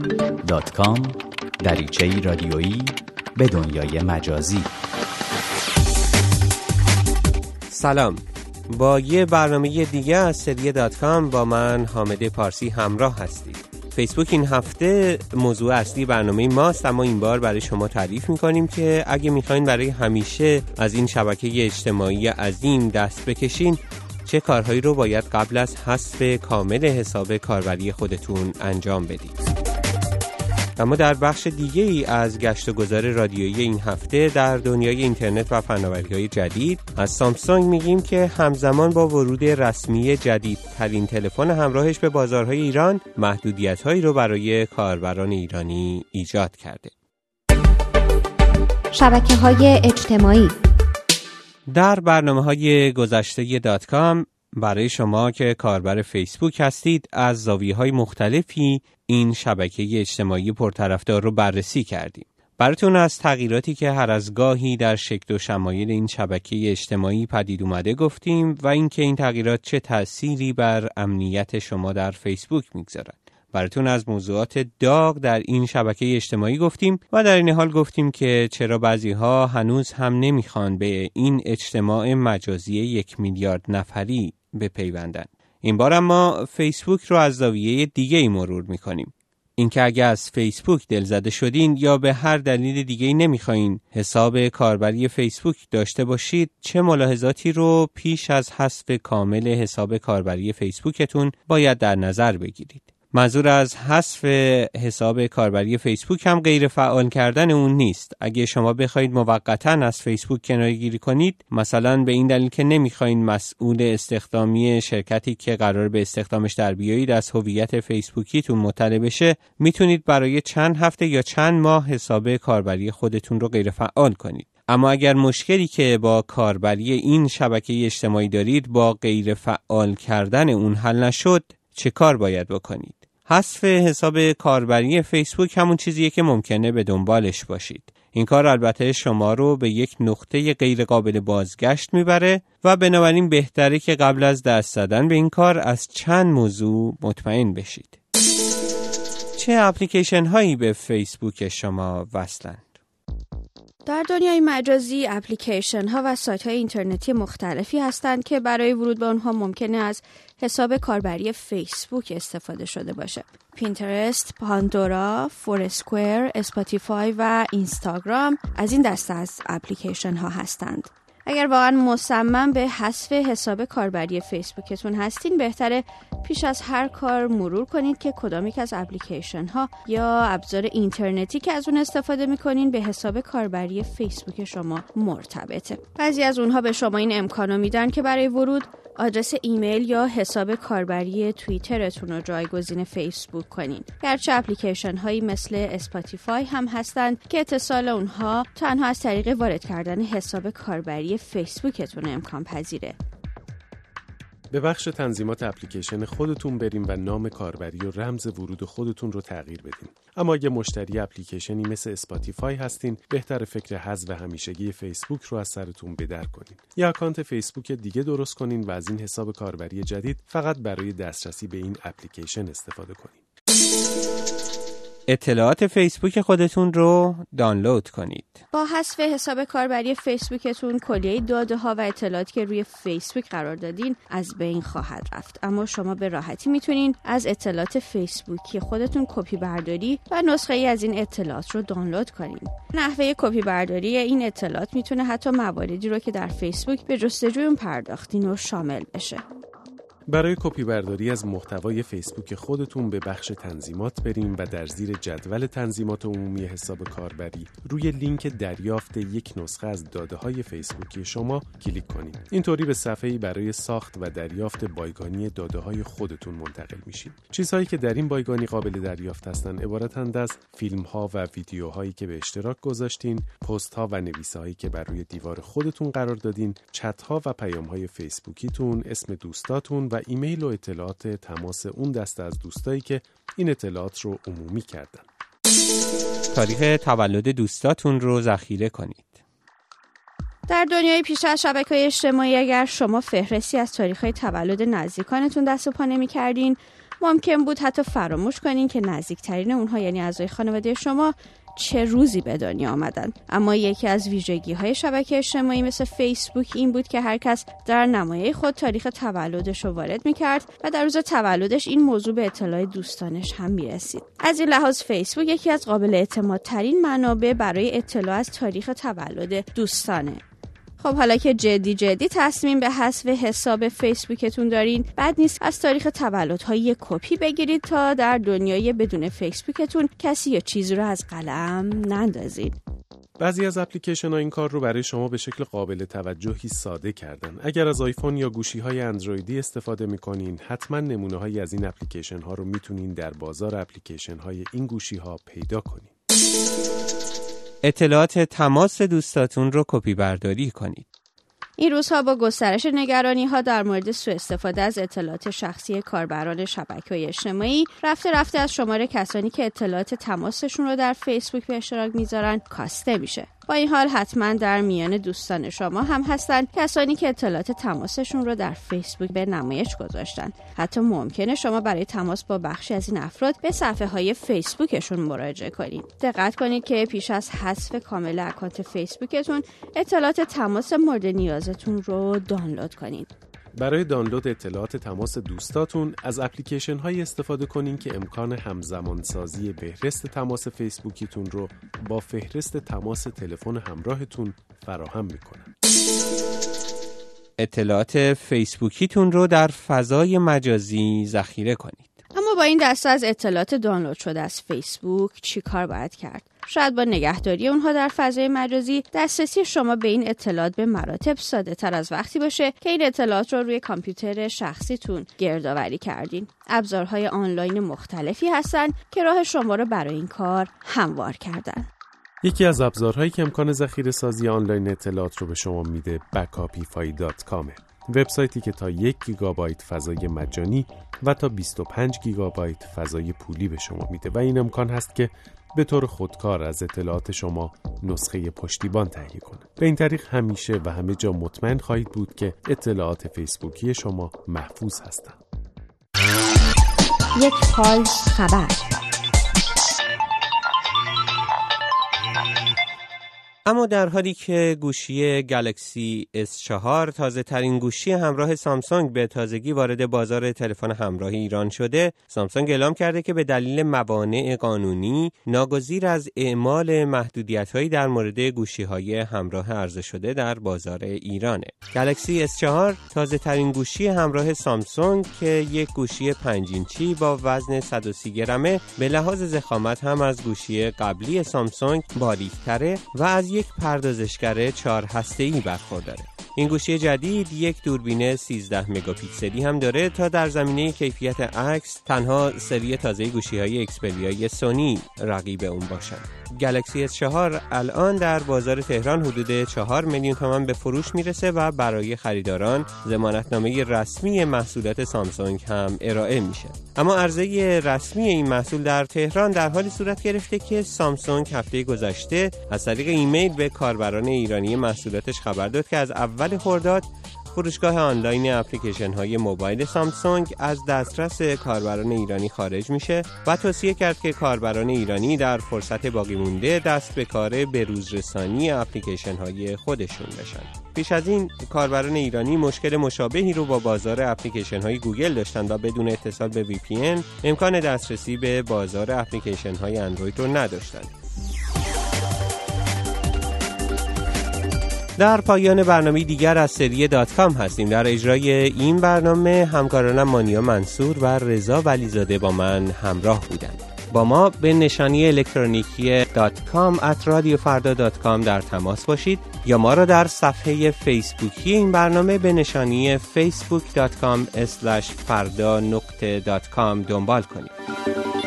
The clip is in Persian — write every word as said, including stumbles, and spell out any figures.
دات کام دریچه‌ای رادیویی به دنیای مجازی. سلام، با یه برنامه دیگه از سری دات کام با من حامد پارسی همراه هستید. فیسبوک این هفته موضوع اصلی برنامه ماست، اما این بار برای شما تعریف میکنیم که اگه میخواین برای همیشه از این شبکه اجتماعی عظیم دست بکشین، چه کارهایی رو باید قبل از حذف کامل حساب کاربری خودتون انجام بدید. اما در بخش دیگه ای از گشت و گذار رادیویی این هفته در دنیای اینترنت و فناوری‌های جدید از سامسونگ میگیم که همزمان با ورود رسمی جدیدترین تلفن همراهش به بازارهای ایران، محدودیت‌هایی رو برای کاربران ایرانی ایجاد کرده. شبکه‌های اجتماعی. در برنامه‌های گذشته دات کام برای شما که کاربر فیسبوک هستید از زاویه‌های مختلفی این شبکه اجتماعی پرطرفدار رو بررسی کردیم. براتون از تغییراتی که هر از گاهی در شکل و شمایل این شبکه اجتماعی پدید اومده گفتیم و اینکه این تغییرات چه تأثیری بر امنیت شما در فیسبوک میگذارن. براتون از موضوعات داغ در این شبکه اجتماعی گفتیم و در این حال گفتیم که چرا بعضی‌ها هنوز هم نمیخوان به این اجتماع مجازی یک میلیارد نفری بپیوندن. این بار اما فیسبوک رو از زاویه دیگه ای مرور میکنیم. اینکه اگه از فیسبوک دلزده شدین یا به هر دلیل دیگه‌ای نمیخواین حساب کاربری فیسبوک داشته باشید، چه ملاحظاتی رو پیش از حذف کامل حساب کاربری فیسبوکتون باید در نظر بگیرید. منظور از حذف حساب کاربری فیسبوک هم غیر فعال کردن اون نیست. اگه شما بخواید موقتاً از فیسبوک کناره‌گیری کنید، مثلا به این دلیل که نمیخواین مسئول استخدامی شرکتی که قرار به استخدامش در بیایید از هویت فیسبوکیتون مطلع بشه، میتونید برای چند هفته یا چند ماه حساب کاربری خودتون رو غیر فعال کنید. اما اگر مشکلی که با کاربری این شبکه اجتماعی دارید با غیر فعال کردن اون حل نشد، چه کار باید بکنید؟ حذف حساب کاربری فیسبوک همون چیزیه که ممکنه به دنبالش باشید. این کار البته شما رو به یک نقطه غیر قابل بازگشت میبره و بنابراین بهتره که قبل از دست زدن به این کار از چند موضوع مطمئن بشید. چه اپلیکیشن هایی به فیسبوک شما وصلند؟ در دنیای مجازی اپلیکیشن ها و سایت های اینترنتی مختلفی هستند که برای ورود به اونها ممکنه از حساب کاربری فیسبوک استفاده شده باشه. پینترست، پاندورا، فورسکوئر، اسپاتیفای و اینستاگرام از این دسته از اپلیکیشن ها هستند. اگر واقعا مصمم به حذف حساب کاربری فیسبوکتون هستین، بهتره پیش از هر کار مرور کنید که کدام یک از اپلیکیشن ها یا ابزار اینترنتی که از اون استفاده میکنین به حساب کاربری فیسبوک شما مرتبطه. بعضی از اونها به شما این امکانو میدن که برای ورود آدرس ایمیل یا حساب کاربری توییترتون رو جایگزین فیسبوک کنین. گرچه اپلیکیشن هایی مثل اسپاتیفای هم هستند که اتصال اونها تنها از طریق وارد کردن حساب کاربری فیسبوکتون امکان پذیره. به بخش تنظیمات اپلیکیشن خودتون بریم و نام کاربری و رمز ورود خودتون رو تغییر بدین. اما اگه مشتری اپلیکیشنی مثل اسپاتیفای هستین، بهتر فکر حذف همیشگی فیسبوک رو از سرتون بدر کنین. یا اکانت فیسبوک دیگه درست کنین و از این حساب کاربری جدید فقط برای دسترسی به این اپلیکیشن استفاده کنین. اطلاعات فیسبوک خودتون رو دانلود کنید. با حذف حساب کاربری فیسبوکتون کلیه داده ها و اطلاعاتی که روی فیسبوک قرار دادین از بین خواهد رفت. اما شما به راحتی میتونین از اطلاعات فیسبوکی خودتون کپی برداری و نسخه ای از این اطلاعات رو دانلود کنین. نحوه کپی برداری این اطلاعات میتونه حتی مواردی رو که در فیسبوک به جستجوی اون پرداختین رو شامل بشه. برای کپی برداری از محتوای فیسبوک خودتون به بخش تنظیمات بریم و در زیر جدول تنظیمات عمومی حساب کاربری روی لینک دریافت یک نسخه از داده‌های فیسبوکی شما کلیک کنید. اینطوری به صفحه‌ای برای ساخت و دریافت بایگانی داده‌های خودتون منتقل میشید. چیزهایی که در این بایگانی قابل دریافت هستند عبارتند از فیلم‌ها و ویدیوهایی که به اشتراک گذاشتین، پست‌ها و نویسه‌هایی که بر روی دیوار خودتون قرار دادین، چت‌ها و پیام‌های فیسبوکیتون، اسم دوستاتون و ایمیل و اطلاعات تماس اون دسته از دوستایی که این اطلاعات رو عمومی کردن. تاریخ تولد دوستاتون رو ذخیره کنید. در دنیای پیش از شبکه‌های اجتماعی اگر شما فهرستی از تاریخ‌های تولد نزدیکانتون دست و پا نمی‌کردین، ممکن بود حتی فراموش کنین که نزدیکترین اونها یعنی اعضای خانواده شما چه روزی به دنیا آمدن. اما یکی از ویژگی‌های شبکه اجتماعی مثل فیسبوک این بود که هر کس در نمایه خود تاریخ تولدش رو وارد می‌کرد و در روز تولدش این موضوع به اطلاع دوستانش هم می‌رسید. از این لحاظ فیسبوک یکی از قابل اعتمادترین منابع برای اطلاع از تاریخ تولد دوستانه. خب حالا که جدی جدی تصمیم به حذف حساب فیسبوکتون دارین، بد نیست از تاریخ تولدها یک کپی بگیرید تا در دنیای بدون فیسبوکتون کسی یا چیزی رو از قلم نندازید. بعضی از اپلیکیشن ها این کار رو برای شما به شکل قابل توجهی ساده کردن. اگر از آیفون یا گوشی های اندرویدی استفاده میکنین، حتما نمونه هایی از این اپلیکیشن ها رو میتونین در بازار اپلیکیشن های این گوشی ها پیدا کنین. اطلاعات تماس دوستاتون رو کپی برداری کنید. این روزها با گسترش نگرانی‌ها در مورد سوء استفاده از اطلاعات شخصی کاربران شبکه‌های اجتماعی، رفته رفته از شمار کسانی که اطلاعات تماسشون رو در فیسبوک به اشتراک میذارن کاسته میشه. با این حال حتما در میان دوستان شما هم هستن کسانی که اطلاعات تماسشون رو در فیسبوک به نمایش گذاشتن. حتی ممکنه شما برای تماس با بخشی از این افراد به صفحه‌های فیسبوکشون مراجعه کنید. دقت کنید که پیش از حذف کامل اکانت فیسبوکتون اطلاعات تماس مورد نیازتون رو دانلود کنید. برای دانلود اطلاعات تماس دوستاتون از اپلیکیشن هایی استفاده کنین که امکان همزمان سازی فهرست تماس فیسبوکیتون رو با فهرست تماس تلفن همراهتون فراهم میکنن. اطلاعات فیسبوکیتون رو در فضای مجازی ذخیره کنید. اما با این دسته از اطلاعات دانلود شده از فیسبوک چی کار باید کرد؟ شاید با نگهداری اونها در فضای مجازی دسترسی شما به این اطلاعات به مراتب ساده تر از وقتی باشه که این اطلاعات رو روی کامپیوتر شخصیتون گردآوری کردین. ابزارهای آنلاین مختلفی هستن که راه شما رو برای این کار هموار کردن. یکی از ابزارهایی که امکان ذخیره سازی آنلاین اطلاعات رو به شما میده بکاپیفای دات کام. وبسایتی که تا یک گیگابایت فضای مجانی و تا بیست و پنج گیگابایت فضای پولی به شما میده و این امکان هست که به طور خودکار از اطلاعات شما نسخه پشتیبان تهیه کنه. به این طریق همیشه و همه جا مطمئن خواهید بود که اطلاعات فیسبوکی شما محفوظ هستند. یک حال خبر. اما در حالی که گوشی گلکسی اس چهار تازه ترین گوشی همراه سامسونگ به تازگی وارد بازار تلفن همراه ایران شده، سامسونگ اعلام کرده که به دلیل موانع قانونی ناگزیر از اعمال محدودیت‌هایی در مورد گوشی‌های همراه عرضه شده در بازار ایرانه. گلکسی اس چهار تازه ترین گوشی همراه سامسونگ که یک گوشی پنج اینچی با وزن صد و سی گرمه، به لحاظ ضخامت هم از گوشی قبلی سامسونگ باریک‌تره و از یک پردازشگر چهار هسته‌ای برخورداره. این گوشی جدید یک دوربین سیزده مگاپیکسلی هم داره تا در زمینه کیفیت عکس تنها سری تازه گوشی‌های اکسپریای سونی رقیب اون باشن. گلکسی اس چهار الان در بازار تهران حدود چهار میلیون تومان به فروش میرسه و برای خریداران ضمانتنامه رسمی محصولات سامسونگ هم ارائه میشه. اما عرضه رسمی این محصول در تهران در حالی صورت گرفته که سامسونگ هفته گذشته از طریق ایمیل به کاربران ایرانی محصولاتش خبر داد که از اول خرداد فروشگاه آنلاین اپلیکیشن های موبایل سامسونگ از دسترس کاربران ایرانی خارج میشه و توصیه کرد که کاربران ایرانی در فرصت باقی مونده دست به کار بروز رسانی اپلیکیشن های خودشون بشن. پیش از این کاربران ایرانی مشکل مشابهی رو با بازار اپلیکیشن های گوگل داشتن و بدون اتصال به وی پی ان امکان دسترسی به بازار اپلیکیشن های اندروید رو نداشتن. در پایان برنامه دیگر از سری دات کام هستیم. در اجرای این برنامه همکارانم مانیا منصور و رضا ولیزاده با من همراه بودند. با ما به نشانی الکترونیکی دات کام ات رادیو فردا دات کام در تماس باشید یا ما را در صفحه فیسبوکی این برنامه به نشانی فیسبوک دات کام اسلش فردا نقطه دات کام دنبال کنید.